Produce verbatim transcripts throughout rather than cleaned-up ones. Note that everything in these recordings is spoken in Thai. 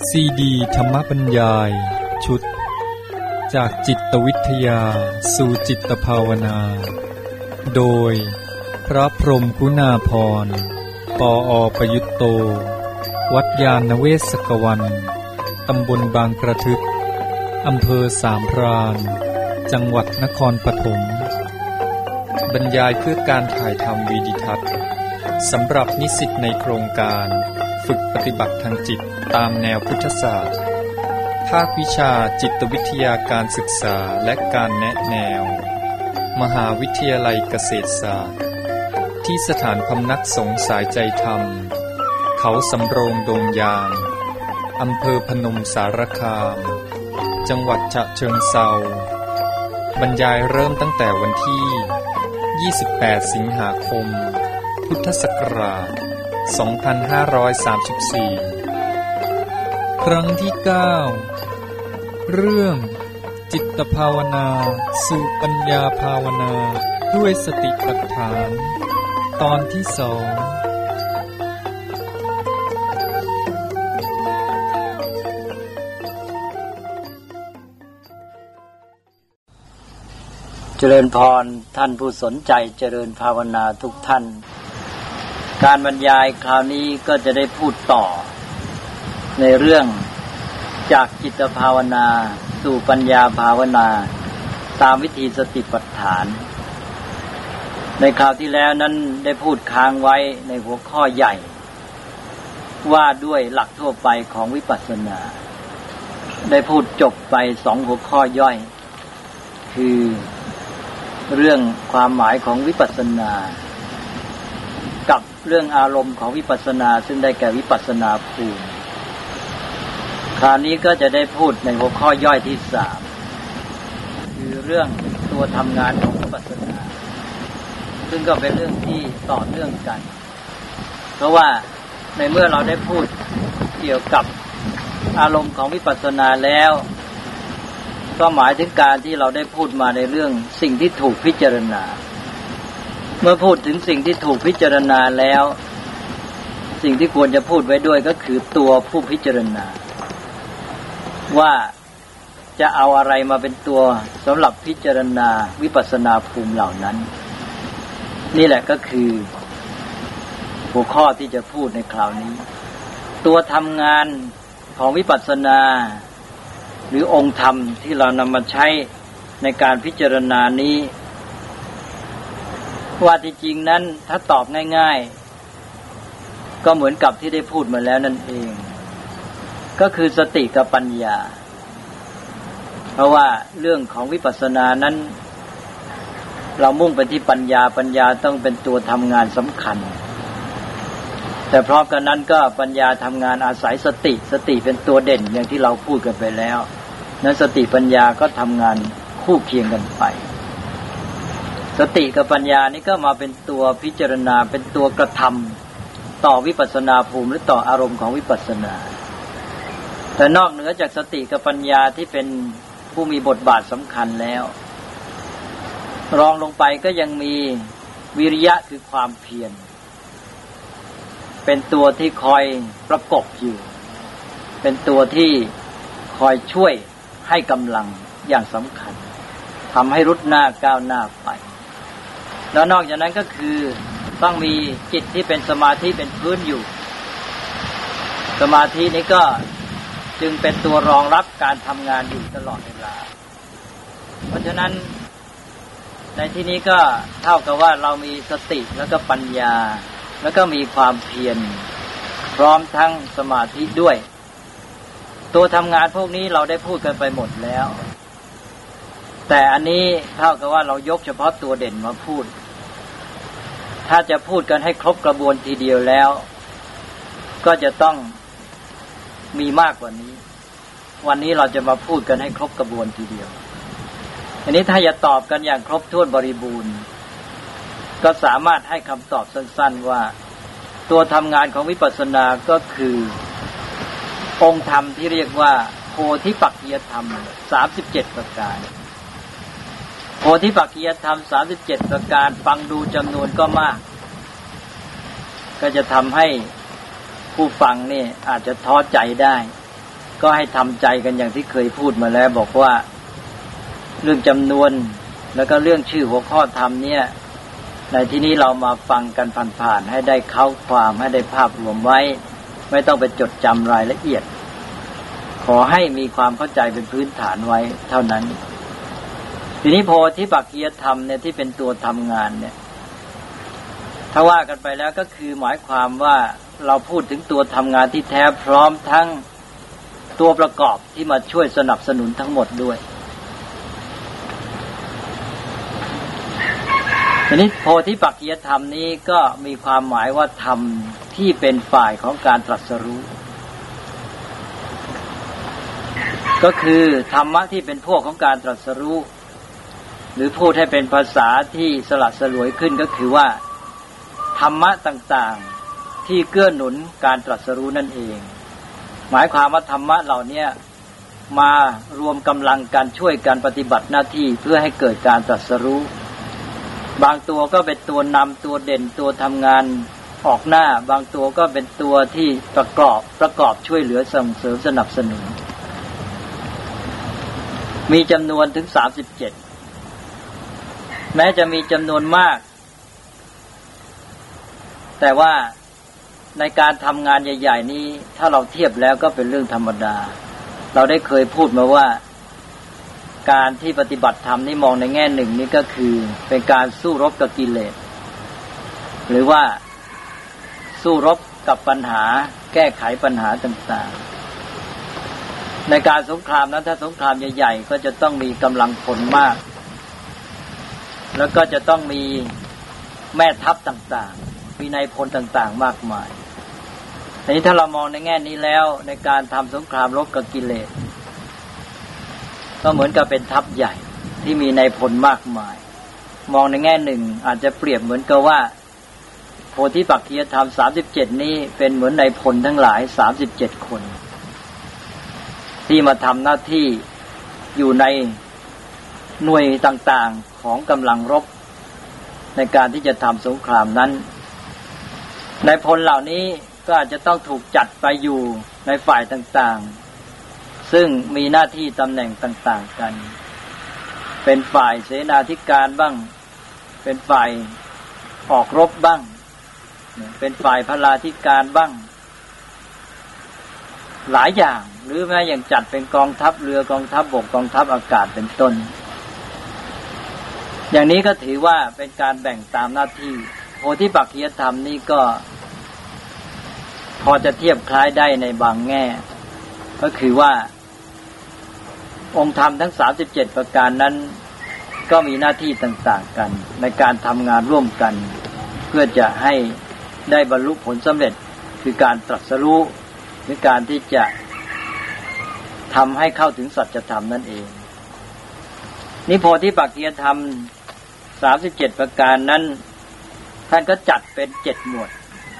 ซีดีธรรมบรรยายชุดจากจิตวิทยาสู่จิตภาวนาโดยพระพรหมกุณาภรณ์ ปออประยุตโตวัดยาณเวศกวันตำบลบางกระทึกอำเภอสามพรานจังหวัดนครปฐมบรรยายเพื่อการถ่ายทำวีดิทัศน์สำหรับนิสิตในโครงการฝึกปฏิบัติทางจิตตามแนวพุทธศาสตร์ภาควิชาจิตวิทยาการศึกษาและการแนะแนวมหาวิทยาลัยเกษตรศาสตร์ที่สถานพำนักสงฆ์สายใจธรรมเขาสำโรงดงยางอำเภอพนมสารคามจังหวัดฉะเชิงเทราบรรยายเริ่มตั้งแต่วันที่ยี่สิบแปดสิงหาคมพุทธศักราชสองพันห้าร้อยสามสิบสี่ครั้งที่เก้าเรื่องจิตภาวนาสู่ปัญญาภาวนาด้วยสติปัฏฐานตอนที่สองเจริญพรท่านผู้สนใจเจริญภาวนาทุกท่านการบรรยายคราวนี้ก็จะได้พูดต่อในเรื่องจากจิตภาวนาสู่ปัญญาภาวนาตามวิธีสติปัฏฐานในคราวที่แล้วนั้นได้พูดค้างไว้ในหัวข้อใหญ่ว่าด้วยหลักทั่วไปของวิปัสสนาได้พูดจบไปสองหัวข้อย่อยคือเรื่องความหมายของวิปัสสนากับเรื่องอารมณ์ของวิปัสสนาซึ่งได้แก่วิปัสสนาภูมิคราวนี้ก็จะได้พูดในหัวข้อย่อยที่สามคือเรื่องตัวทำงานของวิปัสสนาซึ่งก็เป็นเรื่องที่ต่อเนื่องกันเพราะว่าในเมื่อเราได้พูดเกี่ยวกับอารมณ์ของวิปัสสนาแล้วก็หมายถึงการที่เราได้พูดมาในเรื่องสิ่งที่ถูกพิจารณาเมื่อพูดถึงสิ่งที่ถูกพิจารณาแล้วสิ่งที่ควรจะพูดไว้ด้วยก็คือตัวผู้พิจารณาว่าจะเอาอะไรมาเป็นตัวสำหรับพิจารณาวิปัสสนาภูมิเหล่านั้นนี่แหละก็คือหัวข้อที่จะพูดในคราวนี้ตัวทำงานของวิปัสสนาหรือองค์ธรรมที่เรานำมาใช้ในการพิจารณานี้ว่าที่จริงนั้นถ้าตอบง่ายๆก็เหมือนกับที่ได้พูดมาแล้วนั่นเองก็คือสติกับปัญญาเพราะว่าเรื่องของวิปัสสนานั้นเรามุ่งไปที่ปัญญาปัญญาต้องเป็นตัวทำงานสำคัญแต่พร้อมกันนั้นก็ปัญญาทำงานอาศัยสติสติเป็นตัวเด่นอย่างที่เราพูดกันไปแล้วนั้นสติปัญญาก็ทำงานคู่เคียงกันไปสติกับปัญญานี่ก็มาเป็นตัวพิจารณาเป็นตัวกระทำต่อวิปัสสนาภูมิหรือต่ออารมณ์ของวิปัสสนาแต่นอกเหนือจากสติกับปัญญาที่เป็นผู้มีบทบาทสำคัญแล้วรองลงไปก็ยังมีวิริยะคือความเพียรเป็นตัวที่คอยประกบอยู่เป็นตัวที่คอยช่วยให้กำลังอย่างสำคัญทำให้รุดหน้าก้าวหน้าไปแล้วนอกจากนั้นก็คือต้องมีจิตที่เป็นสมาธิเป็นพื้นอยู่สมาธินี้ก็จึงเป็นตัวรองรับการทำงานอยู่ตลอดเวลาเพราะฉะนั้นในที่นี้ก็เท่ากับว่าเรามีสติแล้วก็ปัญญาแล้วก็มีความเพียรพร้อมทั้งสมาธิด้วยตัวทำงานพวกนี้เราได้พูดกันไปหมดแล้วแต่อันนี้เท่ากับว่าเรายกเฉพาะตัวเด่นมาพูดถ้าจะพูดกันให้ครบกระบวนทีเดียวแล้วก็จะต้องมีมากกว่านี้วันนี้เราจะมาพูดกันให้ครบกระบวนทีเดียวอันนี้ถ้าจะตอบกันอย่างครบถ้วนบริบูรณ์ก็สามารถให้คำตอบสั้นๆว่าตัวทำงานของวิปัสสนาก็คือองค์ธรรมที่เรียกว่าโพธิปักขิยธรรมสามสิบเจ็ดประการโพธิปักขิยธรรมสามสิบเจ็ดประการฟังดูจำนวนก็มากก็จะทำให้ผู้ฟังนี่อาจจะท้อใจได้ก็ให้ทำใจกันอย่างที่เคยพูดมาแล้วบอกว่าเรื่องจำนวนแล้วก็เรื่องชื่อหัวข้อธรรมเนี่ยในที่นี้เรามาฟังกันผ่านๆให้ได้เข้าความให้ได้ภาพรวมไว้ไม่ต้องไปจดจำรายละเอียดขอให้มีความเข้าใจเป็นพื้นฐานไว้เท่านั้นทีนี้โพธิปักขิยธรรมเนี่ยที่เป็นตัวทำงานเนี่ยถ้าว่ากันไปแล้วก็คือหมายความว่าเราพูดถึงตัวทำงานที่แท้พร้อมทั้งตัวประกอบที่มาช่วยสนับสนุนทั้งหมดด้วยทีนี้โพธิปักขิยธรรมนี้ก็มีความหมายว่าธรรมที่เป็นฝ่ายของการตรัสรู้ก็คือธรรมะที่เป็นพวกของการตรัสรู้หรือพูดให้เป็นภาษาที่สละสลวยขึ้นก็คือว่าธรรมะต่างๆที่เกื้อหนุนการตรัสรู้นั่นเองหมายความว่าธรรมะเหล่านี้มารวมกำลังกันช่วยกันปฏิบัติหน้าที่เพื่อให้เกิดการตรัสรู้บางตัวก็เป็นตัวนำตัวเด่นตัวทำงานออกหน้าบางตัวก็เป็นตัวที่ประกอบประกอบช่วยเหลือส่งเสริมสนับสนุนมีจำนวนถึงสามสิบเจ็ดแม้จะมีจำนวนมากแต่ว่าในการทำงานใหญ่ๆนี้ถ้าเราเทียบแล้วก็เป็นเรื่องธรรมดาเราได้เคยพูดมาว่าการที่ปฏิบัติธรรมนี่มองในแง่หนึ่งนี่ก็คือเป็นการสู้รบกับกิเลสหรือว่าสู้รบกับปัญหาแก้ไขปัญหาต่างๆในการสงครามนั้นถ้าสงครามใหญ่ๆก็จะต้องมีกำลังพลมากแล้วก็จะต้องมีแม่ทัพต่างๆมีนายพลต่างๆมากมายทีนี้ถ้าเรามองในแง่นี้แล้วในการทำสงครามรบกับกิเลสก็เหมือนกับเป็นทัพใหญ่ที่มีนายพลมากมายมองในแง่หนึ่งอาจจะเปรียบเหมือนกับว่าโพธิปักขิยธรรมสามสิบเจ็ดนี้เป็นเหมือนนายพลทั้งหลายสามสิบเจ็ดคนที่มาทำหน้าที่อยู่ในหน่วยต่างๆของกำลังรบในการที่จะทำสงครามนั้นนายพลเหล่านี้ก็อาจจะต้องถูกจัดไปอยู่ในฝ่ายต่างๆซึ่งมีหน้าที่ตำแหน่งต่างๆกันเป็นฝ่ายเสนาธิการบ้างเป็นฝ่ายออกรบบ้างเป็นฝ่ายพลาธิการบ้างหลายอย่างหรือแม้อย่างจัดเป็นกองทัพเรือกองทัพบกกองทัพอากาศเป็นต้นอย่างนี้ก็ถือว่าเป็นการแบ่งตามหน้าที่โพธิปักขิยธรรมนี้ก็พอจะเทียบคล้ายได้ในบางแง่ก็คือว่าองค์ธรรมทั้งสามสิบเจ็ดประการนั้นก็มีหน้าที่ต่างๆกันในการทำงานร่วมกันเพื่อจะให้ได้บรรลุผลสำเร็จคือการตรัสรู้หรือการที่จะทำให้เข้าถึงสัจธรรมนั่นเองนิโพธิปักขิยธรรมสามสิบเจ็ดประการนั้นท่านก็จัดเป็นเจ็ดหมวด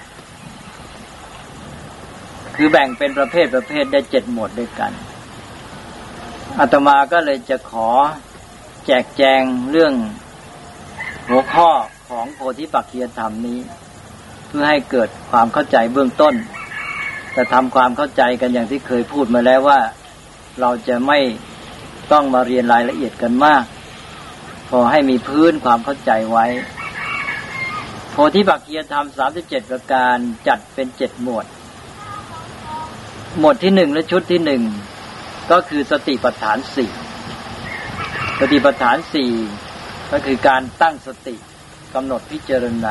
คือแบ่งเป็นประเภทประเภทได้เจ็ดหมวดด้วยกันอาตมาก็เลยจะขอแจกแจงเรื่องหัวข้อของโพธิปักขิยธรรมนี้เพื่อให้เกิดความเข้าใจเบื้องต้นแต่ทำความเข้าใจกันอย่างที่เคยพูดมาแล้วว่าเราจะไม่ต้องมาเรียนรายละเอียดกันมากพอให้มีพื้นความเข้าใจไว้โพธิปักขิยธรรมสามสิบเจ็ดประการจัดเป็นเจ็ดหมวดหมวดที่หนึ่งและชุดที่หนึ่งก็คือสติปัฏฐานสี่สติปัฏฐานสี่ก็คือการตั้งสติกำหนดพิจารณา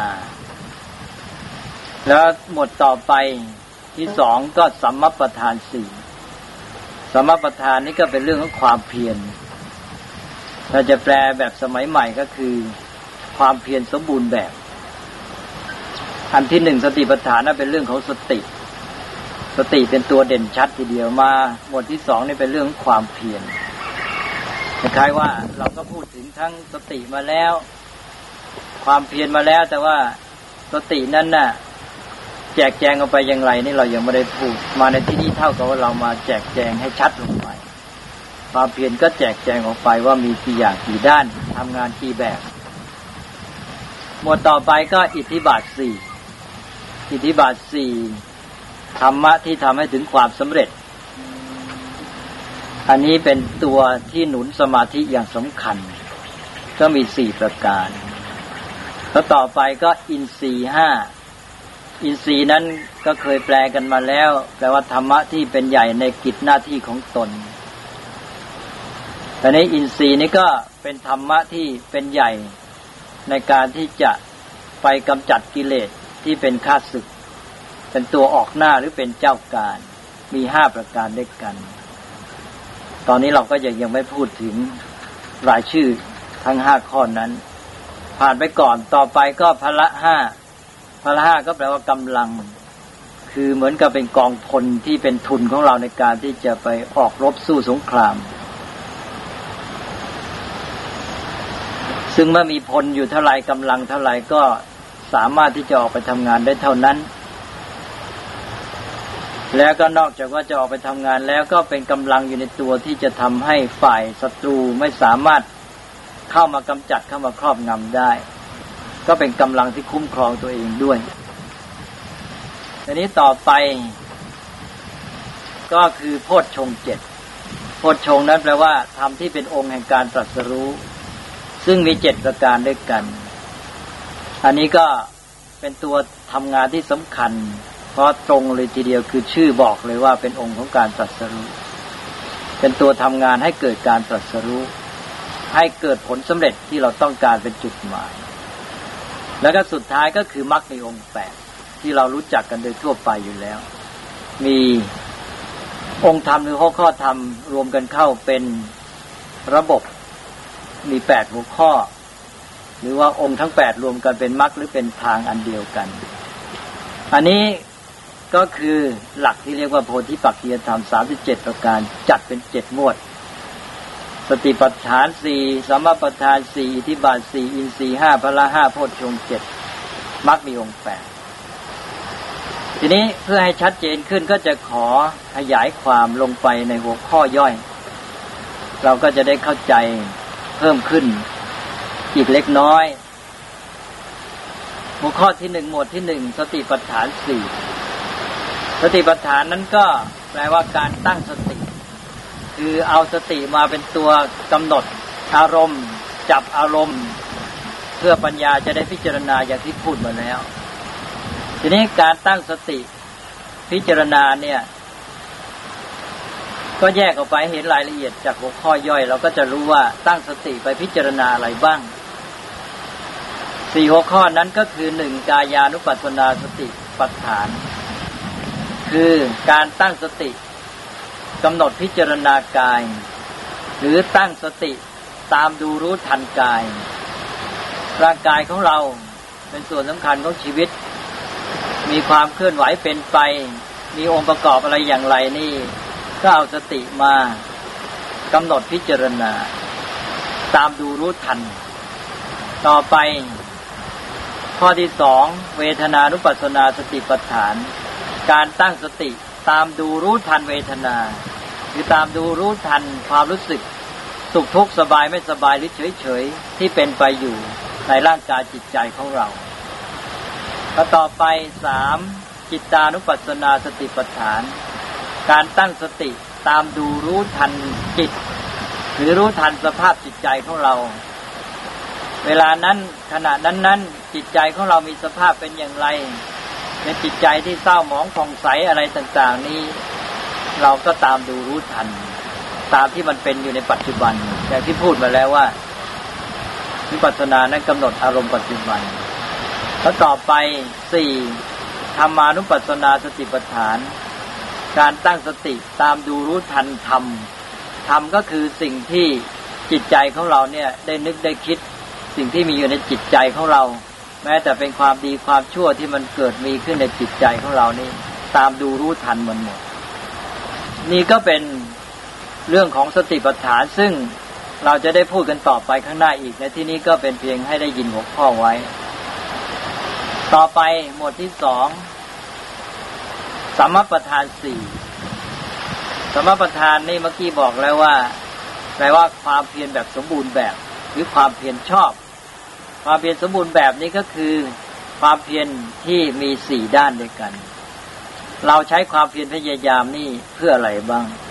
แล้วหมวดต่อไปที่สองก็สัมมัปปทานสี่สัมมัปปทานนี่ก็เป็นเรื่องของความเพียรถ้าจะแปลแบบสมัยใหม่ก็คือความเพียรสมบูรณ์แบบอันที่หนึ่งสติปัฏฐานนั้นเป็นเรื่องของสติสติเป็นตัวเด่นชัดทีเดียวมาหมวดที่สองนี่เป็นเรื่องของความเพียรคล้ายๆว่าเราก็พูดถึงทั้งสติมาแล้วความเพียรมาแล้วแต่ว่าสตินั้นน่ะแจกแจงออกไปอย่างไรนี่เรายังไม่ได้พูดมาในที่นี้เท่ากับว่าเรามาแจกแจงให้ชัดลงไปความเพียรก็แจกแจงออกไปว่ามีกี่อย่างกี่ด้านทำงานกี่แบบหมวดต่อไปก็อิทธิบาทสี่อิทธิบาทสี่ธรรมะที่ทำให้ถึงความสำเร็จอันนี้เป็นตัวที่หนุนสมาธิอย่างสำคัญก็มีสี่ประการแล้วต่อไปก็อินทรีย์ห้าอินทรีย์นั้นก็เคยแปลกันมาแล้วแปลว่าธรรมะที่เป็นใหญ่ในกิจหน้าที่ของตนแต่ในอินทรีย์นี้ก็เป็นธรรมะที่เป็นใหญ่ในการที่จะไปกำจัดกิเลสที่เป็นข้าศึกเป็นตัวออกหน้าหรือเป็นเจ้าการมีห้าประการด้วยกันตอนนี้เราก็ยังยังไม่พูดถึงรายชื่อทั้งห้าข้อนั้นผ่านไปก่อนต่อไปก็พละห้าพละห้าก็แปลว่ากำลังคือเหมือนกับเป็นกองพลที่เป็นทุนของเราในการที่จะไปออกรบสู้สงครามซึ่งเมื่อมีพลอยู่เท่าไรกำลังเท่าไรก็สามารถที่จะออกไปทำงานได้เท่านั้นแล้วก็นอกจากว่าจะออกไปทำงานแล้วก็เป็นกำลังอยู่ในตัวที่จะทำให้ฝ่ายศัตรูไม่สามารถเข้ามากำจัดเข้ามาครอบงำได้ก็เป็นกำลังที่คุ้มครองตัวเองด้วยทีนี้ต่อไปก็คือโพชฌงค์เจ็ดโพชฌงค์นั้นแปลว่าธรรมที่เป็นองค์แห่งการตรัสรู้ซึ่งมีเจ็ดประการด้วยกันอันนี้ก็เป็นตัวทำงานที่สำคัญเพราะตรงเลยทีเดียวคือชื่อบอกเลยว่าเป็นองค์ของการตรัสรู้เป็นตัวทำงานให้เกิดการตรัสรู้ให้เกิดผลสำเร็จที่เราต้องการเป็นจุดหมายแล้วก็สุดท้ายก็คือมรรคมีองค์แปดที่เรารู้จักกันโดยทั่วไปอยู่แล้วมีองค์ธรรมหรือหัวข้อธรรมรวมกันเข้าเป็นระบบมีแปดหัวข้อหรือว่าองค์ทั้งแปดรวมกันเป็นมรรคหรือเป็นทางอันเดียวกันอันนี้ก็คือหลักที่เรียกว่าโพธิปักขิยธรรมสามสิบเจ็ดประการจัดเป็นเจ็ดหมวดสติปัฏฐานสี่สัมมาปัฏฐานสี่อิทธิบาทสี่อินทรีย์ห้าพละห้าโพชฌงค์เจ็ดมรรคมีองค์แปดทีนี้เพื่อให้ชัดเจนขึ้นก็จะขอขยายความลงไปในหัวข้อย่อยเราก็จะได้เข้าใจเพิ่มขึ้นอีกเล็กน้อยหัวข้อที่หนึ่งหมวดที่หนึ่งสติปัฏฐานสี่สติปัฏฐานนั้นก็แปลว่าการตั้งสติคือเอาสติมาเป็นตัวกำหนดอารมณ์จับอารมณ์เพื่อปัญญาจะได้พิจารณาอย่างที่พูดมาแล้วทีนี้การตั้งสติพิจารณาเนี่ยก็แยกออกไปเห็นรายละเอียดจากหัวข้อย่อยเราก็จะรู้ว่าตั้งสติไปพิจารณาอะไรบ้างสี่หัวข้อนั้นก็คือหนึ่งกายานุปัสสนาสติปัฏฐานคือการตั้งสติกำหนดพิจารณากายหรือตั้งสติตามดูรู้ทันกายร่างกายของเราเป็นส่วนสำคัญของชีวิตมีความเคลื่อนไหวเป็นไปมีองค์ประกอบอะไรอย่างไรนี่ก็เอาสติมากำหนดพิจารณาตามดูรู้ทันต่อไปข้อที่สองเวทนานุปัสสนาสติปัฏฐานการตั้งสติตามดูรู้ทันเวทนาคือตามดูรู้ทันความรู้สึกสุขทุกข์สบายไม่สบายหรือเฉยๆที่เป็นไปอยู่ในร่างกายจิตใจของเราแล้วต่อไปสามจิตตานุปัสสนาสติปัฏฐานการตั้งสติตามดูรู้ทันจิตหรือรู้ทันสภาพจิตใจของเราเวลานั้นขณะนั้นๆจิตใจของเรามีสภาพเป็นอย่างไรในจิตใจที่เศร้าหมองผ่องใสอะไรต่างๆนี้เราก็ตามดูรู้ทันตามที่มันเป็นอยู่ในปัจจุบันอย่างที่พูดมาแล้วว่าวิปัสสนานั้นกำหนดอารมณ์ปัจจุบันแล้วต่อไปสี่ธรรมานุปัสสนาสติปัฏฐานการตั้งสติตามดูรู้ทันธรรมธรรมก็คือสิ่งที่จิตใจของเราเนี่ยได้นึกได้คิดสิ่งที่มีอยู่ในจิตใจของเราแม้แต่เป็นความดีความชั่วที่มันเกิดมีขึ้นในจิตใจของเรานี่ตามดูรู้ทันมันหมดนี่ก็เป็นเรื่องของสติปัฏฐานซึ่งเราจะได้พูดกันต่อไปข้างหน้าอีกในที่นี้ก็เป็นเพียงให้ได้ยินหัวข้อไว้ต่อไปหมวดที่สองสัมมาปัฏฐานสี่สัมมาปัฏฐานนี่เมื่อกี้บอกแล้วว่าแปลว่าความเพียรแบบสมบูรณ์แบบหรือความเพียรชอบความเพียรสมบูรณ์แบบนี้ก็คือความเพียรที่มีสี่ด้านด้วยกันเราใช้ความเพียรพยายามนี่เพื่ออะไรบ้าง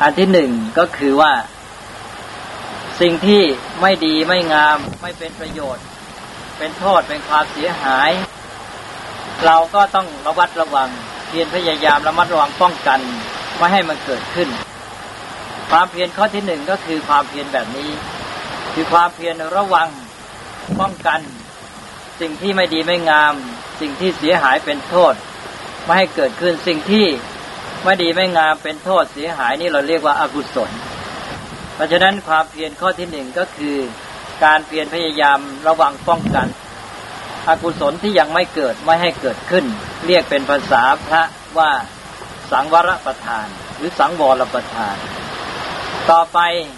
อันที่หนึ่งก็คือว่าสิ่งที่ไม่ดีไม่งามไม่เป็นประโยชน์เป็นโทษเป็นความเสียหายเราก็ต้องระวัดระวังเพียรพยายามระมัดระวังป้องกันไม่ให้มันเกิดขึ้นความเพียรข้อที่หนึ่งก็คือความเพียรแบบนี้คือความเพียรระวังป้องกันสิ่งที่ไม่ดีไม่งามสิ่งที่เสียหายเป็นโทษไม่ให้เกิดขึ้นสิ่งที่ไม่ดีไม่งามเป็นโทษเสียหายนี่เราเรียกว่าอกุศลเพราะฉะนั้นความเพียรข้อที่หนึ่งก็คือการเพียรพยายามระวังป้องกันอกุศลที่ยังไม่เกิดไม่ให้เกิดขึ้นเรียกเป็นภาษาพระว่าสังวรประทานหรือสังวรประทานต่อไป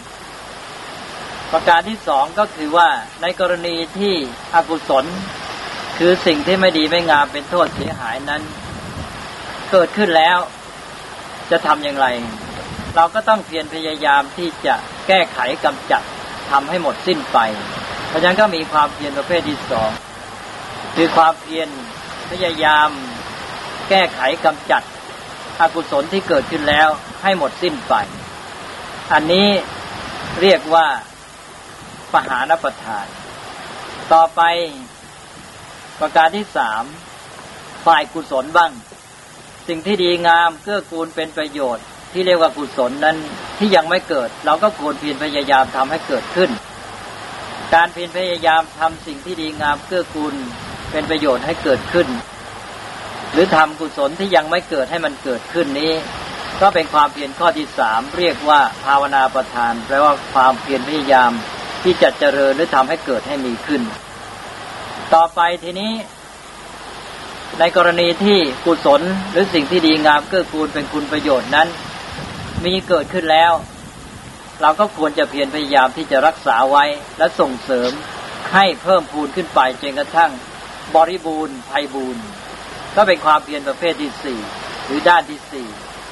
ประการที่สองก็คือว่าในกรณีที่อกุศลคือสิ่งที่ไม่ดีไม่งามเป็นโทษเสียหายนั้นเกิดขึ้นแล้วจะทำอย่างไรเราก็ต้องเพียรพยายามที่จะแก้ไขกำจัดทำให้หมดสิ้นไปเพราะฉะนั้นก็มีความเพียรประเภทที่สองคือความเพียรพยายามแก้ไขกำจัดอกุศลที่เกิดขึ้นแล้วให้หมดสิ้นไปอันนี้เรียกว่าปหานประทานต่อไปประการที่สามฝ่ายกุศลบ้างสิ่งที่ดีงามเกื้อกูลเป็นประโยชน์ที่เรียกว่ากุศลนั้นที่ยังไม่เกิดเราก็ควรเพียรพยายามทำให้เกิดขึ้นการเพียรพยายามทำสิ่งที่ดีงามเกื้อกูลเป็นประโยชน์ให้เกิดขึ้นหรือทำกุศลที่ยังไม่เกิดให้มันเกิดขึ้นนี้ก็เป็นความเพียรข้อที่สามเรียกว่าภาวนาประทานแปลว่าความเพียรพยายามที่จะเจริญหรือทำให้เกิดให้มีขึ้นต่อไปทีนี้ในกรณีที่กุศลหรือสิ่งที่ดีงามเกื้อกูลเป็นคุณประโยชน์นั้นมีเกิดขึ้นแล้วเราก็ควรจะเพียรพยายามที่จะรักษาไว้และส่งเสริมให้เพิ่มพูนขึ้นไปจนกระทั่งบริบูรณ์ไพบูรณ์ก็เป็นความเพียรประเภทที่สี่หรือด้านที่สี่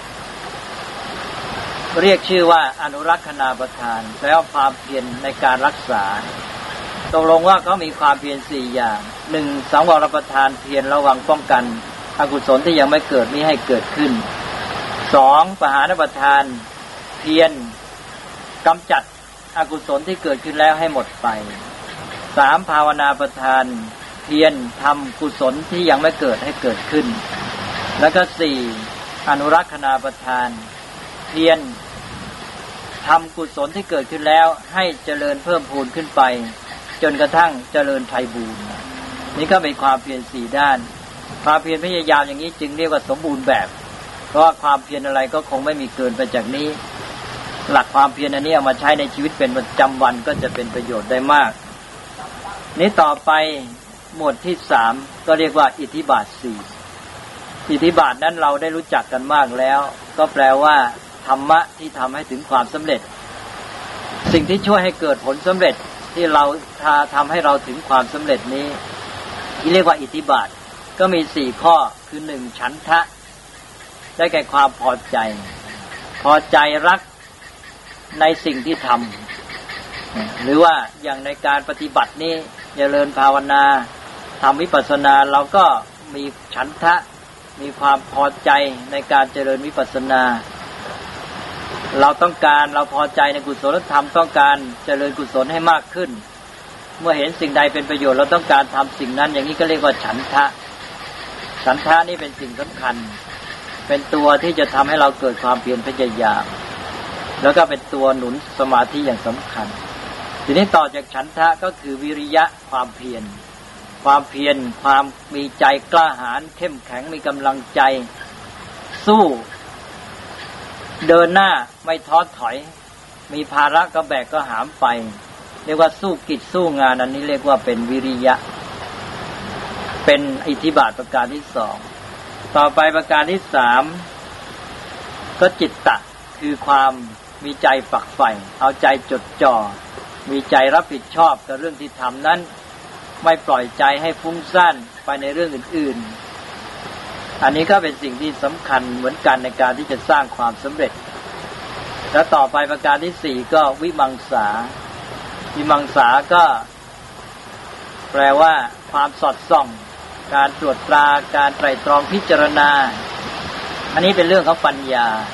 เรียกชื่อว่าอนุรักษณาประทานแปลว่าความเพียรในการรักษาตกลงว่าเขามีความเพียรสี่อย่างหนึ่งสังวรประทานเพียรระวังป้องกันอกุศลที่ยังไม่เกิดมิให้เกิดขึ้นสองปหานประทานเพียรกำจัดอกุศลที่เกิดขึ้นแล้วให้หมดไปสามภาวนาประทานเพียรทำกุศลที่ยังไม่เกิดให้เกิดขึ้นแล้วก็สี่อนุรักษณาประทานเพียรทำกุศลที่เกิดขึ้นแล้วให้เจริญเพิ่มพูนขึ้นไปจนกระทั่งเจริญไพบูรณ์นี่ก็เป็นความเพียรสี่ด้านความเพียรพยายามอย่างนี้จึงเรียกว่าสมบูรณ์แบบเพราะว่าความเพียรอะไรก็คงไม่มีเกินไปจากนี้หลักความเพียรอันนี้เอามาใช้ในชีวิตเป็นประจำวันก็จะเป็นประโยชน์ได้มากนี้ต่อไปหมวดที่สามก็เรียกว่าอิทธิบาทสี่อิทธิบาทนั้นเราได้รู้จักกันมากแล้วก็แปลว่าธรรมะที่ทำให้ถึงความสำเร็จสิ่งที่ช่วยให้เกิดผลสำเร็จที่เราทำให้เราถึงความสำเร็จนี้ที่เรียกว่าอิทธิบาทก็มีสี่ข้อคือหนึ่งฉันทะได้แก่ความพอใจพอใจรักในสิ่งที่ทำหรือว่าอย่างในการปฏิบัตินี้เจริญภาวนาทำวิปัสสนาเราก็มีฉันทะมีความพอใจในการเจริญวิปัสสนาเราต้องการเราพอใจในกุศลธรรมต้องการเจริญกุศลให้มากขึ้นเมื่อเห็นสิ่งใดเป็นประโยชน์เราต้องการทำสิ่งนั้นอย่างนี้ก็เรียกว่าฉันทะฉันทะนี่เป็นสิ่งสำคัญเป็นตัวที่จะทำให้เราเกิดความเพียรพยายามแล้วก็เป็นตัวหนุนสมาธิอย่างสำคัญทีนี้ต่อจากฉันทะก็คือวิริยะความเพียรความเพียรความมีใจกล้าหาญเข้มแข็งมีกำลังใจสู้เดินหน้าไม่ท้อถอยมีภาระก็แบกก็หามไปเรียกว่าสู้กิจสู้งานอันนี้เรียกว่าเป็นวิริยะเป็นอิทธิบาทประการที่สองต่อไปประการที่สามก็จิตตะคือความมีใจฝักใฝ่เอาใจจดจ่อมีใจรับผิดชอบกับเรื่องที่ทำนั้นไม่ปล่อยใจให้ฟุ้งซ่านไปในเรื่องอื่นๆอันนี้ก็เป็นสิ่งที่สำคัญเหมือนกันในการที่จะสร้างความสำเร็จและต่อไปประการที่สี่ก็วิมังสาวิมังสาก็แปลว่าความสอดส่องการตรวจตราการไตร่ตรองพิจารณาอันนี้เป็นเรื่องของปัญญา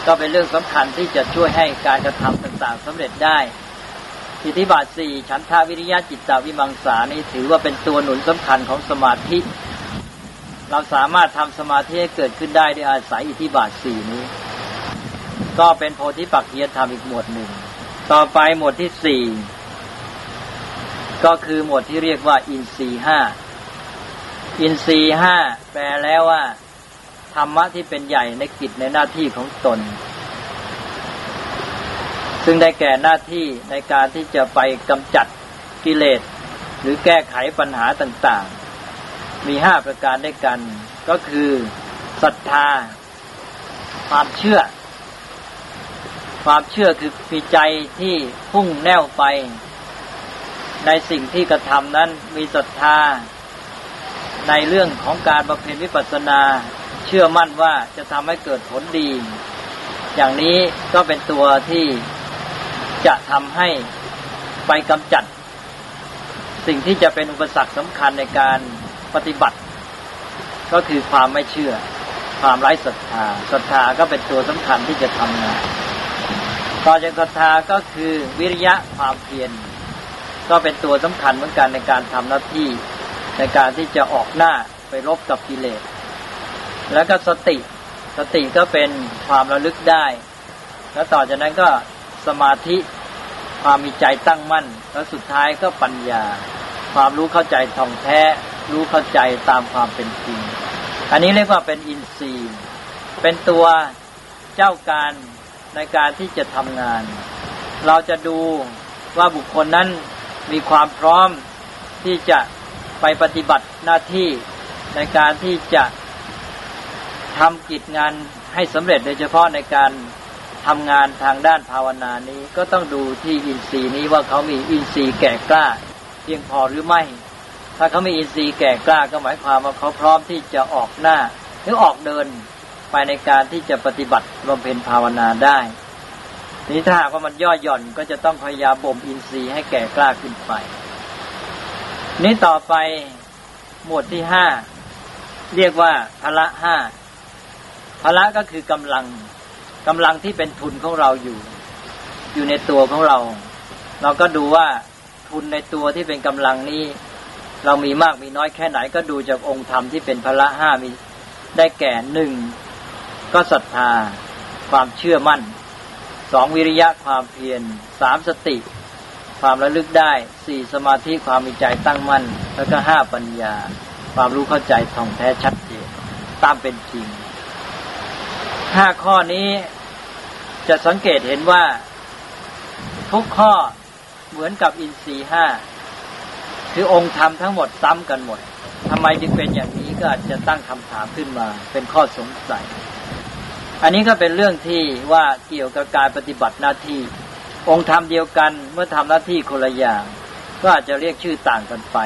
ก็เป็นเรื่องสำคัญที่จะช่วยให้การกระทำต่างๆสำเร็จได้อิทธิบาทสี่ฉันทาวิริยะจิตตวิมังสานี้ถือว่าเป็นตัวหนุนสำคัญของสมาธิเราสามารถทำสมาธิให้เกิดขึ้นได้ด้วยอาศัยอิทธิบาทสี่นี้ก็เป็นโพธิปักขิยธรรมอีกหมวดหนึ่งต่อไปหมวดที่สี่ก็คือหมวดที่เรียกว่าอินทรีย์ห้าอินทรีย์ห้าแปลแล้วว่าธรรมะที่เป็นใหญ่ในกิจในหน้าที่ของตนซึ่งได้แก่หน้าที่ในการที่จะไปกำจัดกิเลสหรือแก้ไขปัญหาต่างๆมีห้าประการด้วยกันก็คือศรัทธาความเชื่อความเชื่อคือมีใจที่พุ่งแน่วไปในสิ่งที่กระทำนั้นมีศรัทธาในเรื่องของการบำเพ็ญวิปัสสนาเชื่อมั่นว่าจะทำให้เกิดผลดีอย่างนี้ก็เป็นตัวที่จะทำให้ไปกำจัดสิ่งที่จะเป็นอุปสรรคสำคัญในการปฏิบัติก็คือความไม่เชื่อความไร้ศรัทธาศรัทธาก็เป็นตัวสำคัญที่จะทำงานต่อจากศรัทธาก็คือวิริยะความเพียรก็เป็นตัวสำคัญเหมือนกันในการทำหน้าที่ในการที่จะออกหน้าไปรบกับกิเลสแล้วก็สติสติก็เป็นความระลึกได้แล้วต่อจากนั้นก็สมาธิความมีใจตั้งมั่นแล้วสุดท้ายก็ปัญญาความรู้เข้าใจท่องแท้รู้เข้าใจตามความเป็นจริงอันนี้เรียกว่าเป็นอินทรีย์เป็นตัวเจ้าการในการที่จะทำงานเราจะดูว่าบุคคลนั้นมีความพร้อมที่จะไปปฏิบัติหน้าที่ในการที่จะทำกิจงานให้สำเร็จโดยเฉพาะในการทำงานทางด้านภาวนานี้ก็ต้องดูที่อินทรีย์นี้ว่าเขามีอินทรีย์แก่กล้าเพียงพอหรือไม่ถ้าเขามีอินทรีย์แก่กล้าก็หมายความว่าเขาพร้อมที่จะออกหน้าหรือออกเดินไปในการที่จะปฏิบัติบำเพ็ญภาวนาได้นี้ถ้าหากว่ามันย่อหย่อนก็จะต้องพยายามบ่มอินทรีย์ให้แก่กล้าขึ้นไปนี้ต่อไปหมวดที่ห้าเรียกว่าพละห้าพละก็คือกำลังกำลังที่เป็นทุนของเราอยู่อยู่ในตัวของเราเราก็ดูว่าทุนในตัวที่เป็นกำลังนี้เรามีมากมีน้อยแค่ไหนก็ดูจากองค์ธรรมที่เป็นพละห้ามีได้แก่หนึ่งก็ศรัทธาความเชื่อมั่นสองวิริยะความเพียรสามสติความระลึกได้สี่สมาธิความมีใจตั้งมั่นแล้วก็ห้าปัญญาความรู้เข้าใจท่องแท้ชัดเจนตามเป็นจริงห้าข้อนี้จะสังเกตเห็นว่าทุกข้อเหมือนกับอินทรีย์ห้าคือองค์ธรรมทั้งหมดซ้ำกันหมดทำไมจึงเป็นอย่างนี้ก็อาจจะตั้งคำถามขึ้นมาเป็นข้อสงสัยอันนี้ก็เป็นเรื่องที่ว่าเกี่ยวกับการปฏิบัติหน้าที่องค์ธรรมเดียวกันเมื่อทำหน้าที่คนละอย่างก็อาจจะเรียกชื่อต่างกันไป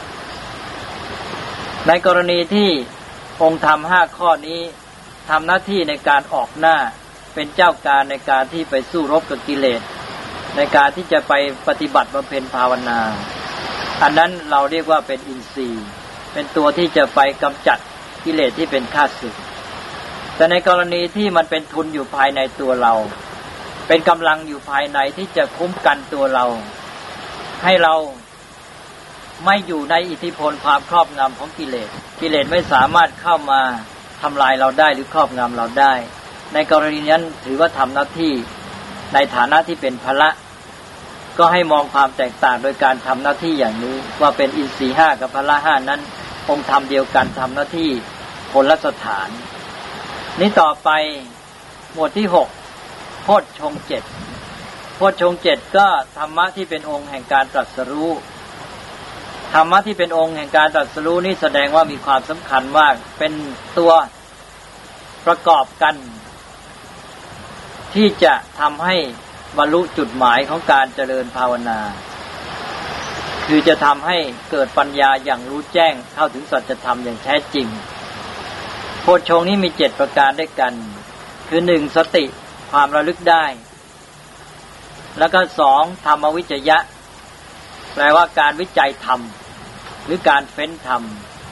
ในกรณีที่องค์ธรรมห้าข้อนี้ทำหน้าที่ในการออกหน้าเป็นเจ้าการในการที่ไปสู้รบกับกิเลสในการที่จะไปปฏิบัติบำเพ็ญภาวนาอันนั้นเราเรียกว่าเป็นอินทรีย์เป็นตัวที่จะไปกำจัดกิเลสที่เป็นข้าศึกแต่ในกรณีที่มันเป็นทุนอยู่ภายในตัวเราเป็นกำลังอยู่ภายในที่จะคุ้มกันตัวเราให้เราไม่อยู่ในอิทธิพลความครอบงำของกิเลสกิเลสไม่สามารถเข้ามาทำลายเราได้หรือครอบงำเราได้ในกรณีนั้นถือว่าทำหน้าที่ในฐานะที่เป็นพละก็ให้มองความแตกต่างโดยการทำหน้าที่อย่างนี้ว่าเป็นอินทรีย์ห้ากับพละห้านั้นองค์ธรรมเดียวกันทำหน้าที่คนละสถานนี้ต่อไปหมวดที่หกโพชฌงค์เจ็ดโพชฌงค์เจ็ดก็ธรรมะที่เป็นองค์แห่งการตรัสรู้ธรรมะที่เป็นองค์แห่งการตรัสรู้นี้แสดงว่ามีความสำคัญมากเป็นตัวประกอบกันที่จะทำให้บรรลุจุดหมายของการเจริญภาวนาคือจะทำให้เกิดปัญญาอย่างรู้แจ้งเข้าถึงสัจธรรมอย่างแท้จริงโพชฌงค์นี้มีเจ็ดประการด้วยกันคือหนึ่งสติความระลึกได้แล้วก็สองธรรมวิจยะแปลว่าการวิจัยธรรมหรือการเฟ้นธรรม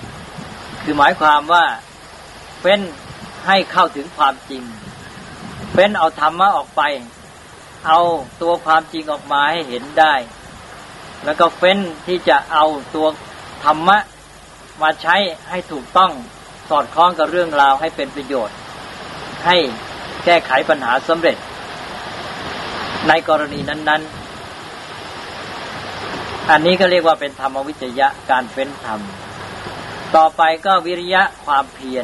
คือหมายความว่าเฟ้นให้เข้าถึงความจริงฟ้นเอาธรรมะออกไปเอาตัวความจริงออกมาให้เห็นได้แล้วก็เฟ้นที่จะเอาตัวธรรมะมาใช้ให้ถูกต้องสอดคล้องกับเรื่องราวให้เป็นประโยชน์ให้แก้ไขปัญหาสำเร็จในกรณีนั้นๆอันนี้ก็เรียกว่าเป็นธรรมวิจยะการเฟ้นธรรมต่อไปก็วิริยะความเพียร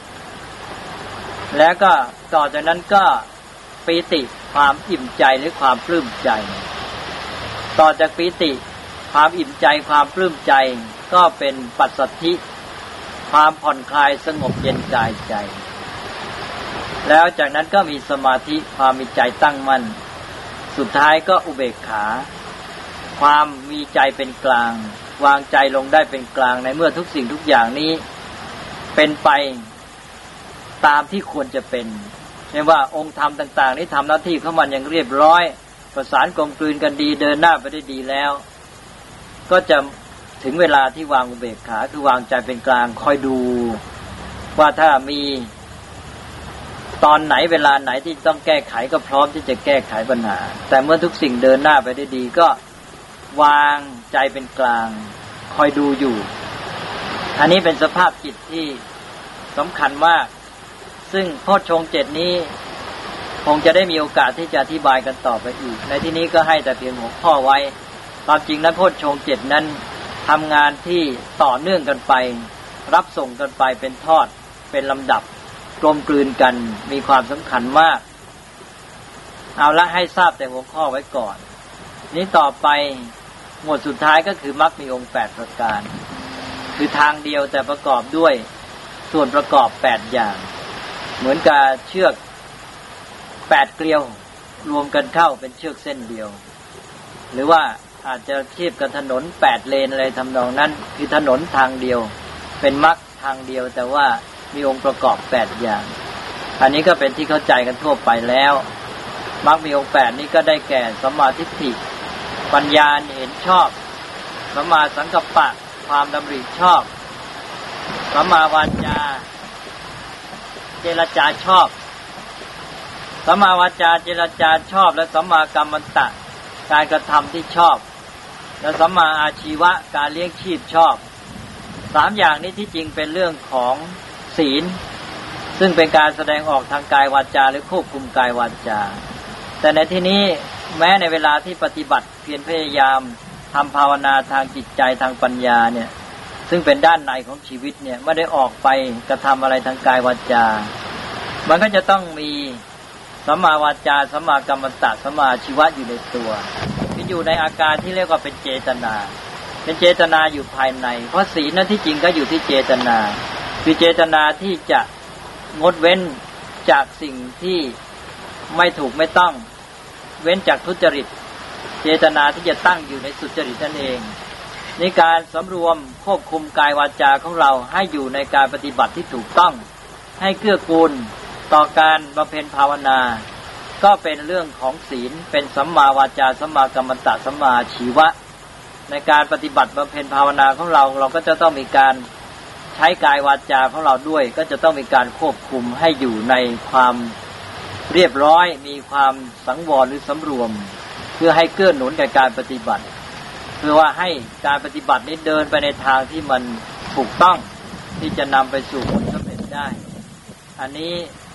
แล้วก็ต่อจากนั้นก็ปีติความอิ่มใจหรือความปลื้มใจต่อจากปีติความอิ่มใจความปลื้มใจก็เป็นปัสสัทธิความผ่อนคลายสงบเย็นกายใจแล้วจากนั้นก็มีสมาธิความมีใจตั้งมั่นสุดท้ายก็อุเบกขาความมีใจเป็นกลางวางใจลงได้เป็นกลางในเมื่อทุกสิ่งทุกอย่างนี้เป็นไปตามที่ควรจะเป็นเช่นว่าองค์ธรรมต่างๆนี้ทำหน้าที่ของมันอย่างเรียบร้อยประสานกลมกลืนกันดีเดินหน้าไปได้ดีแล้วก็จะถึงเวลาที่วางอุเบกขาคือวางใจเป็นกลางคอยดูว่าถ้ามีตอนไหนเวลาไหนที่ต้องแก้ไขก็พร้อมที่จะแก้ไขปัญหาแต่เมื่อทุกสิ่งเดินหน้าไปได้ดีก็วางใจเป็นกลางคอยดูอยู่อันนี้เป็นสภาพจิตที่สำคัญมากซึ่งโพชฌงค์เจ็ดนี้คงจะได้มีโอกาสที่จะอธิบายกันต่อไปอีกในที่นี้ก็ให้แต่เพียงหัวข้อไว้ความจริงนั้นโพชฌงค์เจ็ดนั้นทำงานที่ต่อเนื่องกันไปรับส่งกันไปเป็นทอดเป็นลำดับกลมกลืนกันมีความสำคัญมากเอาละให้ทราบแต่หัวข้อไว้ก่อนนี้ต่อไปหมวดสุดท้ายก็คือมรรคมีองค์แปดประการคือทางเดียวแต่ประกอบด้วยส่วนประกอบแปดอย่างเหมือนกับเชือกแปดเกลียวรวมกันเข้าเป็นเชือกเส้นเดียวหรือว่าอาจจะเทียบกับถนนแปดเลนอะไรทำนองนั้นคือถนนทางเดียวเป็นมรรคทางเดียวแต่ว่ามีองค์ประกอบแปดอย่างอันนี้ก็เป็นที่เข้าใจกันทั่วไปแล้วมรรคมีองค์แปดนี้ก็ได้แก่สัมมาทิฏฐิปัญญาเห็นชอบสัมมาสังกัปปะความดำริชอบสัมมาวาจาเจรจาชอบสัมมาวาจาเจรจาชอบและสัมมากัมมันตะการกระทำที่ชอบและสัมมาอาชีวะการเลี้ยงชีพชอบสามอย่างนี้ที่จริงเป็นเรื่องของศีลซึ่งเป็นการแสดงออกทางกายวาจาหรือควบคุมกายวาจาแต่ในที่นี้แม้ในเวลาที่ปฏิบัติเพียรพยายามทำภาวนาทางจิตใจทางปัญญาเนี่ยซึ่งเป็นด้านในของชีวิตเนี่ยไม่ได้ออกไปกระทำอะไรทางกายวาจามันก็จะต้องมีสัมมาวาจาสัมมากัมมันตะสัมมาอาชีวะอยู่ในตัวที่อยู่ในอาการที่เรียกว่าเป็นเจตนาเป็นเจตนาอยู่ภายในเพราะศีลนั้นที่จริงก็อยู่ที่เจตนาคือเจตนาที่จะงดเว้นจากสิ่งที่ไม่ถูกไม่ต้องเว้นจากทุจริตเจตนาที่จะตั้งอยู่ในสุจริตนั่นเองในการสำรวมควบคุมกายวาจาของเราให้อยู่ในการปฏิบัติที่ถูกต้องให้เกื้อกูลต่อการบำเพ็ญภาวนาก็เป็นเรื่องของศีลเป็นสัมมาวาจาสัมมากัมมันตะสัมมาอาชีวะในการปฏิบัติบำเพ็ญภาวนาของเราเราก็จะต้องมีการใช้กายวาจาของเราด้วยก็จะต้องมีการควบคุมให้อยู่ในความเรียบร้อยมีความสังวรหรือสำรวมเพื่อให้เกื้อหนุนแก่การปฏิบัติเพื่อว่าให้การปฏิบัตินี้เดินไปในทางที่มันถูกต้องที่จะนำไปสู่ผลสำเร็จได้อันนี้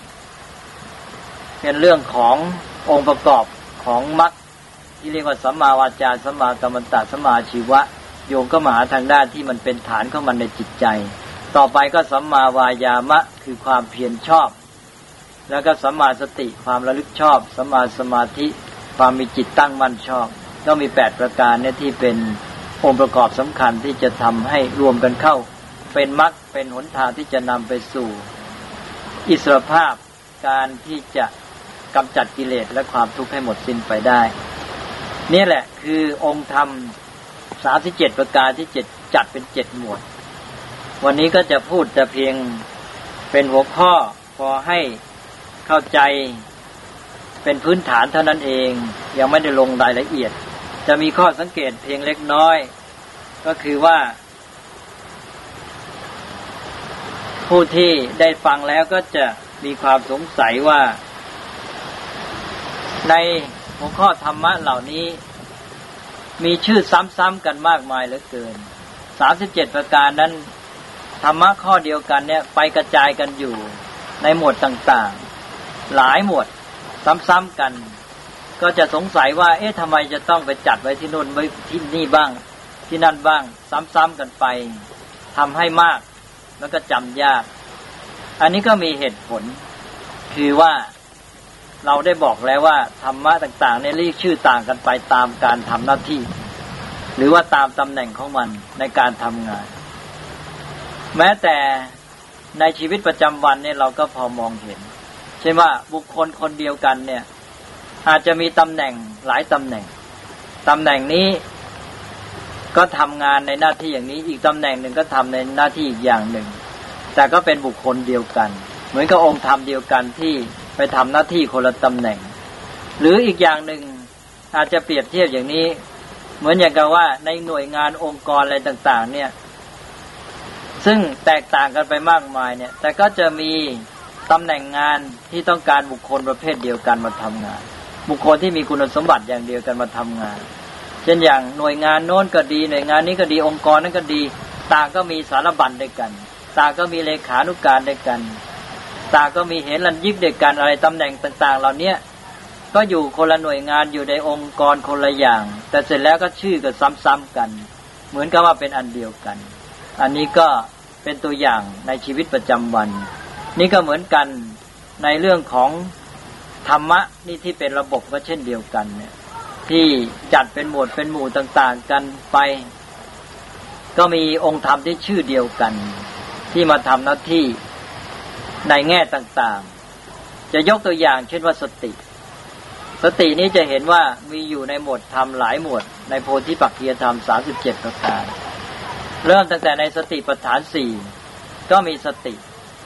เป็นเรื่องขององค์ประกอบของมรรคที่เรียกว่าสัมมาวาจาสัมมากัมมันตะสัมมาอาชีวะโยงก็มาหาทางด้านที่มันเป็นฐานของมันในจิตใจต่อไปก็สัมมาวายามะคือความเพียรชอบแล้วก็สัมมาสติความระลึกชอบสัมมาสมาธิความมีจิตตั้งมั่นชอบก็มีแปดประการเนี่ยที่เป็นองค์ประกอบสำคัญที่จะทำให้รวมกันเข้าเป็นมรรคเป็นหนทางที่จะนำไปสู่อิสรภาพการที่จะกำจัดกิเลสและความทุกข์ให้หมดสิ้นไปได้นี่แหละคือองค์ธรรมสามสิบเจ็ดประการที่เจ็ดจัดเป็นเจ็ดหมวดวันนี้ก็จะพูดแต่เพียงเป็นหัวข้อพอให้เข้าใจเป็นพื้นฐานเท่านั้นเองยังไม่ได้ลงรายละเอียดจะมีข้อสังเกตเพียงเล็กน้อยก็คือว่าผู้ที่ได้ฟังแล้วก็จะมีความสงสัยว่าในหัวข้อธรรมะเหล่านี้มีชื่อซ้ำๆกันมากมายเหลือเกินสามสิบเจ็ดประการนั้นธรรมะข้อเดียวกันเนี่ยไปกระจายกันอยู่ในหมวดต่างๆหลายหมวดซ้ำๆกันก็จะสงสัยว่าเอ๊ะทำไมจะต้องไปจัดไว้ที่นู่นไว้ที่นี่บ้างที่นั่นบ้างซ้ำๆกันไปทำให้มากแล้วก็จำยากอันนี้ก็มีเหตุผลคือว่าเราได้บอกแล้วว่าธรรมะต่างๆเนี่ยเรียกชื่อต่างกันไปตามการทำหน้าที่หรือว่าตามตำแหน่งของมันในการทำงานแม้แต่ในชีวิตประจำวันเนี่ยเราก็พอมองเห็นเช่นว่าบุคคลคนเดียวกันเนี่ยอาจจะมีตำแหน่งหลายตำแหน่งตำแหน่งนี้ก็ทำงานในหน้าที่อย่างนี้อีกตำแหน่งหนึ่งก็ทำในหน้าที่อีกอย่างหนึ่งแต่ก็เป็นบุคคลเดียวกันเหมือนกับองค์ธรรมเดียวกันที่ไปทำหน้าที่คนละตำแหน่งหรืออีกอย่างหนึ่งอาจจะเปรียบเทียบอย่างนี้เหมือนอย่างกับว่าในหน่วยงานองค์กรอะไรต่างๆเนี่ยซึ่งแตกต่างกันไปมากมายเนี่ยแต่ก็จะมีตำแหน่งงานที่ต้องการบุคคลประเภทเดียวกันมาทำงานบุคคลที่มีคุณสมบัติอย่างเดียวกันมาทำงานเช่นอย่างหน่วยงานโน้นก็ดีหน่วยงานนี้ก็ดีองค์กรนั้นก็ดีต่างก็มีสารบัญด้วยกันต่างก็มีเลขานุการด้วยกันต่างก็มีเหรัญญิกด้วยกันอะไรตำแหน่งต่างๆเหล่านี้ก็อยู่คนละหน่วยงานอยู่ในองค์กรคนละอย่างแต่เสร็จแล้วก็ชื่อก็ซ้ำๆกันเหมือนกับว่าเป็นอันเดียวกันอันนี้ก็เป็นตัวอย่างในชีวิตประจำวันนี่ก็เหมือนกันในเรื่องของธรรมะนี่ที่เป็นระบบก็เช่นเดียวกันเนี่ยที่จัดเป็นหมวดเป็นหมู่ต่างๆกันไปก็มีองค์ธรรมที่ชื่อเดียวกันที่มาทำหน้าที่ในแง่ต่างๆจะยกตัวอย่างเช่นว่าสติสตินี้จะเห็นว่ามีอยู่ในหมวดธรรมหลายหมวดในโพธิปักขิยธรรมสามสิบเจ็ดประการเริ่มตั้งแต่ในสติปัฏฐานสี่ก็มีสติ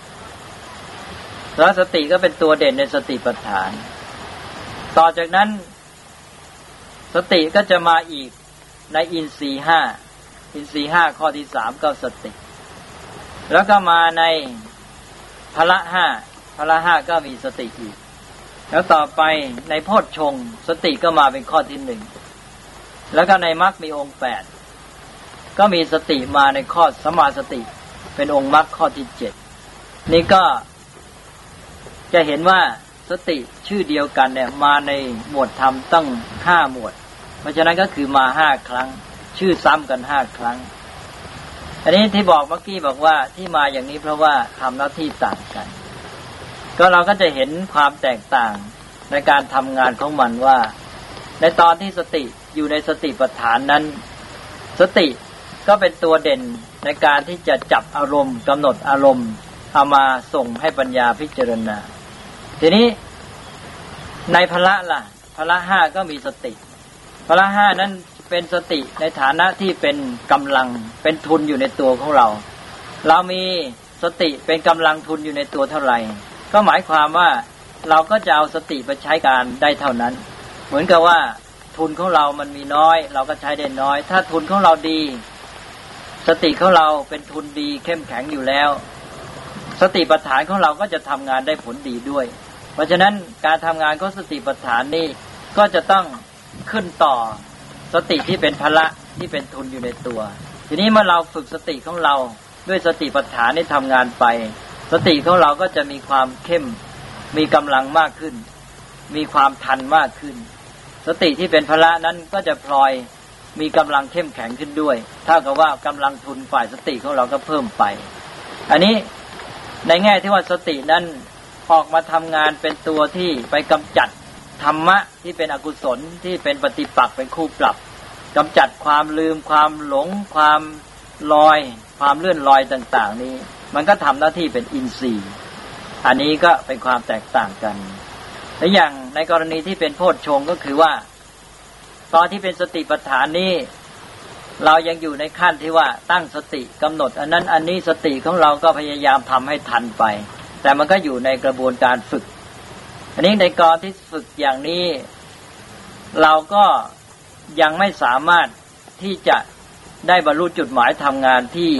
แล้วสติก็เป็นตัวเด่นในสติปัฏฐานต่อจากนั้นสติก็จะมาอีกในอินทรีย์ห้าอินทรีย์ห้าข้อที่สามก็สติแล้วก็มาในพละห้าพละห้าก็มีสติอีกแล้วต่อไปในโพชฌงค์สติก็มาเป็นข้อที่หนึ่งแล้วก็ในมรรคมีองค์แปดก็มีสติมาในข้อสัมมาสติเป็นองค์มรรคข้อที่เจ็ดนี่ก็จะเห็นว่าสติชื่อเดียวกันเนี่ยมาในหมวดธรรมตั้งห้าหมวดเพราะฉะนั้นก็คือมาห้าครั้งชื่อซ้ำกันห้าครั้งอันนี้ที่บอกเมื่อกี้บอกว่าที่มาอย่างนี้เพราะว่าทำหน้าที่ต่างกันก็เราก็จะเห็นความแตกต่างในการทำงานของมันว่าในตอนที่สติอยู่ในสติปัฏฐานนั้นสติก็เป็นตัวเด่นในการที่จะจับอารมณ์กำหนดอารมณ์เอามาส่งให้ปัญญาพิจารณาทีนี้ในพละล่ะพละห้าก็มีสติพละห้านั้นเป็นสติในฐานะที่เป็นกำลังเป็นทุนอยู่ในตัวของเราเรามีสติเป็นกำลังทุนอยู่ในตัวเท่าไหร่ก็หมายความว่าเราก็จะเอาสติไปใช้การได้เท่านั้นเหมือนกับว่าทุนของเรามันมีน้อยเราก็ใช้ได้น้อยถ้าทุนของเราดีสติของเราเป็นทุนดีเข้มแข็งอยู่แล้วสติปัฏฐานของเราก็จะทำงานได้ผลดีด้วยเพราะฉะนั้นการทำงานของสติปัฏฐานนี่ก็จะต้องขึ้นต่อสติที่เป็นพละที่เป็นทุนอยู่ในตัวทีนี้เมื่อเราฝึกสติของเราด้วยสติปัฏฐานนี่ทำงานไปสติของเราก็จะมีความเข้มมีกำลังมากขึ้นมีความทันมากขึ้นสติที่เป็นพละนั้นก็จะพลอยมีกำลังเข้มแข็งขึ้นด้วยเท่ากับว่ากำลังทุนฝ่ายสติของเราก็เพิ่มไปอันนี้ในแง่ที่ว่าสตินั้นออกมาทำงานเป็นตัวที่ไปกำจัดธรรมะที่เป็นอกุศลที่เป็นปฏิปักษ์เป็นคู่ปรับกำจัดความลืมความหลงความลอยความเลื่อนลอยต่างๆนี้มันก็ทำหน้าที่เป็นอินทรีย์อันนี้ก็เป็นความแตกต่างกันและอย่างในกรณีที่เป็นโพชฌงค์ก็คือว่าตอนที่เป็นสติปัฏฐานนี้เรายังอยู่ในขั้นที่ว่าตั้งสติกำหนดอันนั้นอันนี้สติของเราก็พยายามทำให้ทันไปแต่มันก็อยู่ในกระบวนการฝึกอันนี้ในกรที่ฝึกอย่างนี้เราก็ยังไม่สามารถที่จะได้บรรลุจุดหมายทำงานที่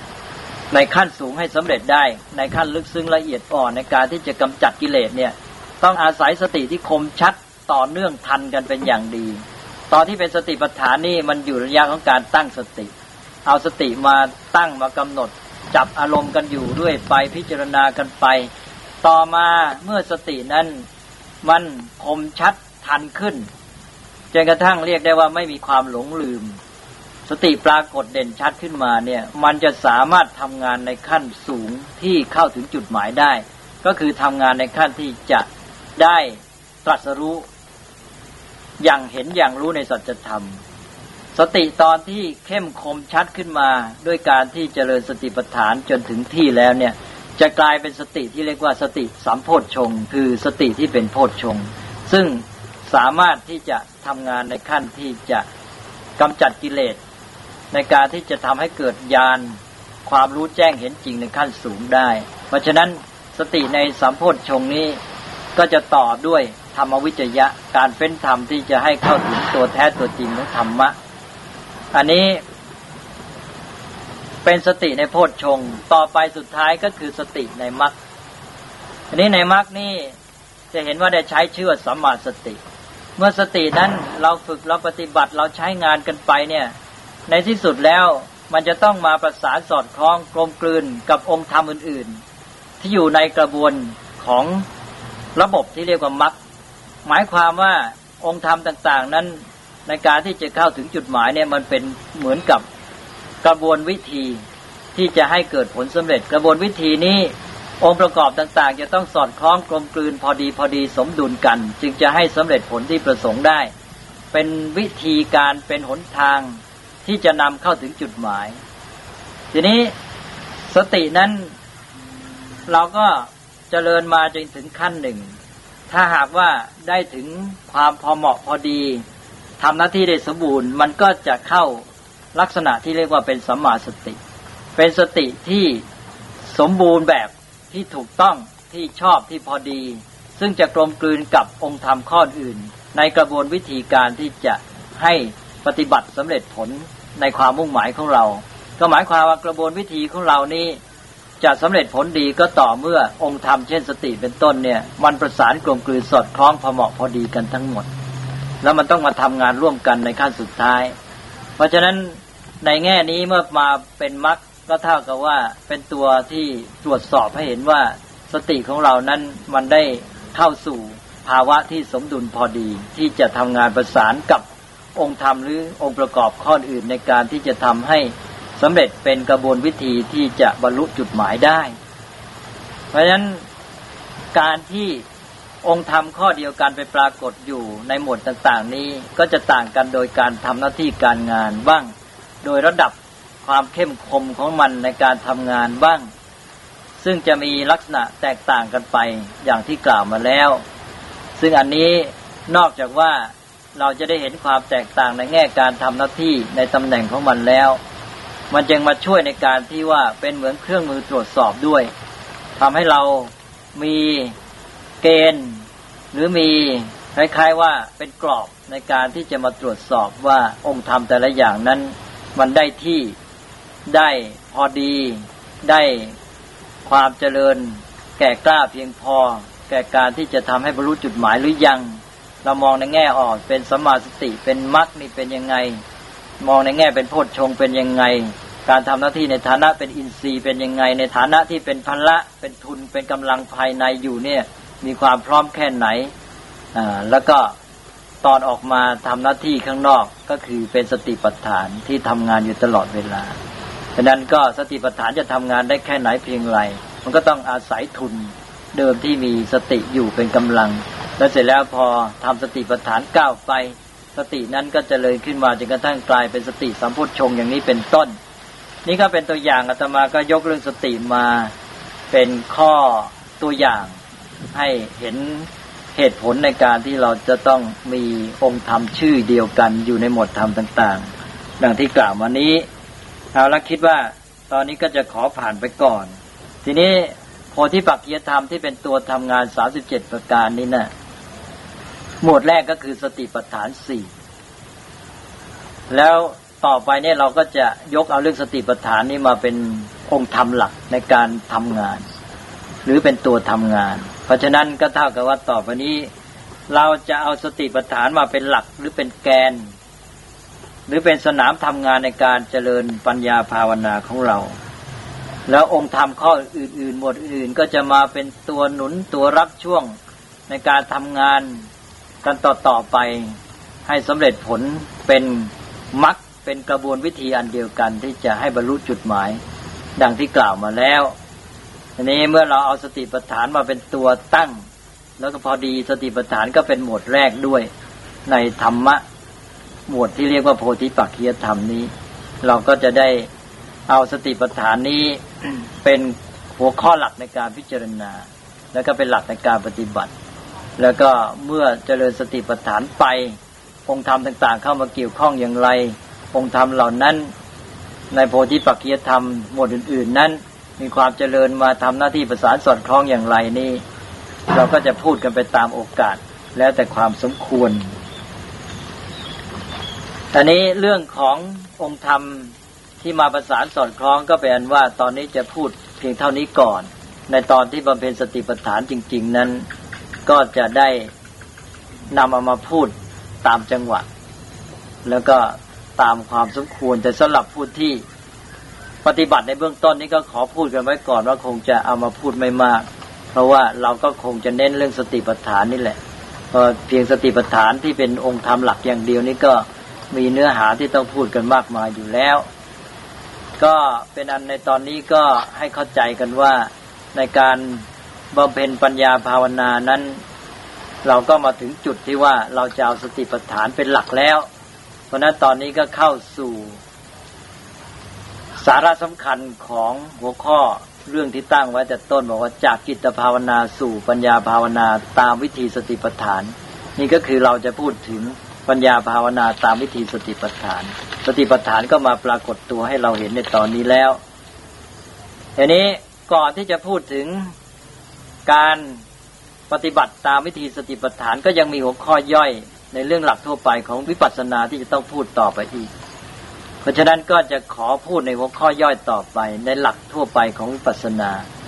ในขั้นสูงให้สำเร็จได้ในขั้นลึกซึ้งละเอียดอ่อนในการที่จะกำจัดกิเลสเนี่ยต้องอาศัยสติที่คมชัดต่อเนื่องทันกันเป็นอย่างดีตอนที่เป็นสติปัฏฐานนี่มันอยู่ระยะของการตั้งสติเอาสติมาตั้งมากำหนดจับอารมณ์กันอยู่ด้วยไปพิจารณากันไปต่อมาเมื่อสตินั้นมันคมชัดทันขึ้นจนกระทั่งเรียกได้ว่าไม่มีความหลงลืมสติปรากฏเด่นชัดขึ้นมาเนี่ยมันจะสามารถทำงานในขั้นสูงที่เข้าถึงจุดหมายได้ก็คือทำงานในขั้นที่จะได้ตรัสรู้อย่างเห็นอย่างรู้ในสัจธรรมสติตอนที่เข้มคมชัดขึ้นมาด้วยการที่เจริญสติปัฏฐานจนถึงที่แล้วเนี่ยจะกลายเป็นสติที่เรียกว่าสติสัมโพชฌงค์คือสติที่เป็นโพชฌงค์ซึ่งสามารถที่จะทำงานในขั้นที่จะกำจัดกิเลสในการที่จะทำให้เกิดญาณความรู้แจ้งเห็นจริงในขั้นสูงได้เพราะฉะนั้นสติในสัมโพชฌงค์นี้ก็จะต่อด้วยธรรมวิจยะการเฟ้นธรรมที่จะให้เข้าถึงตัวแท้ตัวจริงของธรรมะอันนี้เป็นสติในโพชฌงค์ต่อไปสุดท้ายก็คือสติในมรรคอันนี้ในมรรคนี่จะเห็นว่าได้ใช้ชื่อว่าสัมมาสติเมื่อสตินั้นเราฝึกเราปฏิบัติเราใช้งานกันไปเนี่ยในที่สุดแล้วมันจะต้องมาประสานสอดคล้องกลมกลืนกับองค์ธรรมอื่นๆที่อยู่ในกระบวนของระบบที่เรียกว่ามรรคหมายความว่าองค์ธรรมต่างๆนั้นในการที่จะเข้าถึงจุดหมายเนี่ยมันเป็นเหมือนกับกระบวนวิธีที่จะให้เกิดผลสำเร็จกระบวนวิธีนี้องค์ประกอบต่างๆจะต้องสอดคล้องกลมกลืนพอดีพอดีสมดุลกันจึงจะให้สำเร็จผลที่ประสงค์ได้เป็นวิธีการเป็นหนทางที่จะนำเข้าถึงจุดหมายทีนี้สตินั้นเราก็เจริญมาจนถึงขั้นหนึ่งถ้าหากว่าได้ถึงความพอเหมาะพอดีทำหน้าที่ได้สมบูรณ์มันก็จะเข้าลักษณะที่เรียกว่าเป็นสัมมาสติเป็นสติที่สมบูรณ์แบบที่ถูกต้องที่ชอบที่พอดีซึ่งจะกลมกลืนกับองค์ธรรมข้ออื่นในกระบวนวิธีการที่จะให้ปฏิบัติสำเร็จผลในความมุ่งหมายของเราก็หมายความว่ากระบวนวิธีของเรานี้จะสำเร็จผลดีก็ต่อเมื่อองค์ธรรมเช่นสติเป็นต้นเนี่ยมันประสานกลมกลืนสอดคล้องพอเหมาะพอดีกันทั้งหมดแล้วมันต้องมาทำงานร่วมกันในขั้นสุดท้ายเพราะฉะนั้นในแง่นี้เมื่อมาเป็นมรรคก็เท่ากับว่าเป็นตัวที่ตรวจสอบให้เห็นว่าสติของเรานั้นมันได้เข้าสู่ภาวะที่สมดุลพอดีที่จะทำงานประสานกับองค์ธรรมหรือองค์ประกอบข้ออื่นในการที่จะทำให้สำเร็จเป็นกระบวนวิธีที่จะบรรลุจุดหมายได้เพราะฉะนั้นการที่องค์ธรรมข้อเดียวกันไปปรากฏอยู่ในหมวดต่างๆนี้ก็จะต่างกันโดยการทำหน้าที่การงานบ้างโดยระดับความเข้มข้นของมันในการทำงานบ้างซึ่งจะมีลักษณะแตกต่างกันไปอย่างที่กล่าวมาแล้วซึ่งอันนี้นอกจากว่าเราจะได้เห็นความแตกต่างในแง่การทำหน้าที่ในตำแหน่งของมันแล้วมันจึงมาช่วยในการที่ว่าเป็นเหมือนเครื่องมือตรวจสอบด้วยทำให้เรามีเกณฑ์หรือมีคล้ายๆว่าเป็นกรอบในการที่จะมาตรวจสอบว่าองค์ธรรมแต่ละอย่างนั้นมันได้ที่ได้พอดีได้ความเจริญแก่กล้าเพียงพอแก่การที่จะทำให้บรรลุจุดหมายหรือยังเรามองในแง่ออกเป็นสัมมาสติเป็นมรรคนี่เป็นยังไงมองในแง่เป็นโพชฌงค์เป็นยังไงการทำหน้าที่ในฐานะเป็นอินทรีย์เป็นยังไงในฐานะที่เป็นพละเป็นทุนเป็นกำลังภายในอยู่เนี่ยมีความพร้อมแค่ไหนอ่าแล้วก็ตอนออกมาทำหน้าที่ข้างนอกก็คือเป็นสติปัฏฐานที่ทำงานอยู่ตลอดเวลาฉะนั้นก็สติปัฏฐานจะทำงานได้แค่ไหนเพียงไรมันก็ต้องอาศัยทุนเดิมที่มีสติอยู่เป็นกำลังแล้วเสร็จแล้วพอทำสติปัฏฐานก้าวไปสตินั้นก็เจริญขึ้นมาจนกระทั่งกลายเป็นสติสัมโพชฌงค์อย่างนี้เป็นต้นนี่ก็เป็นตัวอย่างอาตมาก็ยกเรื่องสติมาเป็นข้อตัวอย่างให้เห็นเหตุผลในการที่เราจะต้องมีองค์ธรรมชื่อเดียวกันอยู่ในหมวดธรรมต่างๆดังที่กล่าวมานี้เอาละคิดว่าตอนนี้ก็จะขอผ่านไปก่อนทีนี้โพธิปักขิยธรรมที่เป็นตัวทำงานสามสิบเจ็ดประการนี้นะหมวดแรกก็คือสติปัฏฐานสี่แล้วต่อไปเนี่ยเราก็จะยกเอาเรื่องสติปัฏฐานนี้มาเป็นองค์ธรรมหลักในการทำงานหรือเป็นตัวทำงานราะฉะนั้นก็เท่ากับว่าต่อไปนี้เราจะเอาสติปัฏฐานมาเป็นหลักหรือเป็นแกนหรือเป็นสนามทำงานในการเจริญปัญญาภาวนาของเราแล้วองค์ธรรมข้ออื่นๆหมวดอื่นๆก็จะมาเป็นตัวหนุนตัวรับช่วงในการทำงานกันต่อๆไปให้สำเร็จผลเป็นมรรคเป็นกระบวนวิธีอันเดียวกันที่จะให้บรรลุจุดหมายดังที่กล่าวมาแล้วทีนี้เมื่อเราเอาสติปัฏฐานมาเป็นตัวตั้งแล้วก็พอดีสติปัฏฐานก็เป็นหมวดแรกด้วยในธรรมะหมวดที่เรียกว่าโพธิปักขิยธรรมนี้เราก็จะได้เอาสติปัฏฐานนี้ เป็นหัวข้อหลักในการพิจารณาแล้วก็เป็นหลักในการปฏิบัติแล้วก็เมื่อเจริญสติปัฏฐานไปองค์ธรรมต่างๆเข้ามาเกี่ยวข้องอย่างไรองค์ธรรมเหล่านั้นในโพธิปักขิยธรรมหมวดอื่นๆนั้นมีความเจริญมาทำหน้าที่ประสานสอดคล้องอย่างไรนี่เราก็จะพูดกันไปตามโอกาสแล้วแต่ความสมควรแต่นี้เรื่องขององค์ธรรมที่มาประสานสอดคล้องก็เป็นอันว่าตอนนี้จะพูดเพียงเท่านี้ก่อนในตอนที่บำเพ็ญสติปัฏฐานจริงๆนั้นก็จะได้นำเอามาพูดตามจังหวะแล้วก็ตามความสมควรแต่สำหรับผู้ที่ปฏิบัติในเบื้องต้นนี้ก็ขอพูดกันไว้ก่อนว่าคงจะเอามาพูดไม่มากเพราะว่าเราก็คงจะเน้นเรื่องสติปัฏฐานนี่แหละเพราะเพียงสติปัฏฐานที่เป็นองค์ธรรมหลักอย่างเดียวนี้ก็มีเนื้อหาที่ต้องพูดกันมากมายอยู่แล้วก็เป็นอันในตอนนี้ก็ให้เข้าใจกันว่าในการบำเพ็ญปัญญาภาวนานั้นเราก็มาถึงจุดที่ว่าเราจะเอาสติปัฏฐานเป็นหลักแล้วเพราะนั้นตอนนี้ก็เข้าสู่สาระสำคัญของหัวข้อเรื่องที่ตั้งไว้แต่ต้นบอกว่าจากจิตภาวนาสู่ปัญญาภาวนาตามวิธีสติปัฏฐานนี่ก็คือเราจะพูดถึงปัญญาภาวนาตามวิธีสติปัฏฐานสติปัฏฐานก็มาปรากฏตัวให้เราเห็นในตอนนี้แล้วทีนี้ก่อนที่จะพูดถึงการปฏิบัติตามวิธีสติปัฏฐานก็ยังมีหัวข้อย่อยในเรื่องหลักทั่วไปของวิปัสสนาที่จะต้องพูดต่อไปอีกเพราะฉะนั้นก็จะขอพูดในหัวข้อย่อยต่อไปในหลักทั่วไปของวิปัสสนา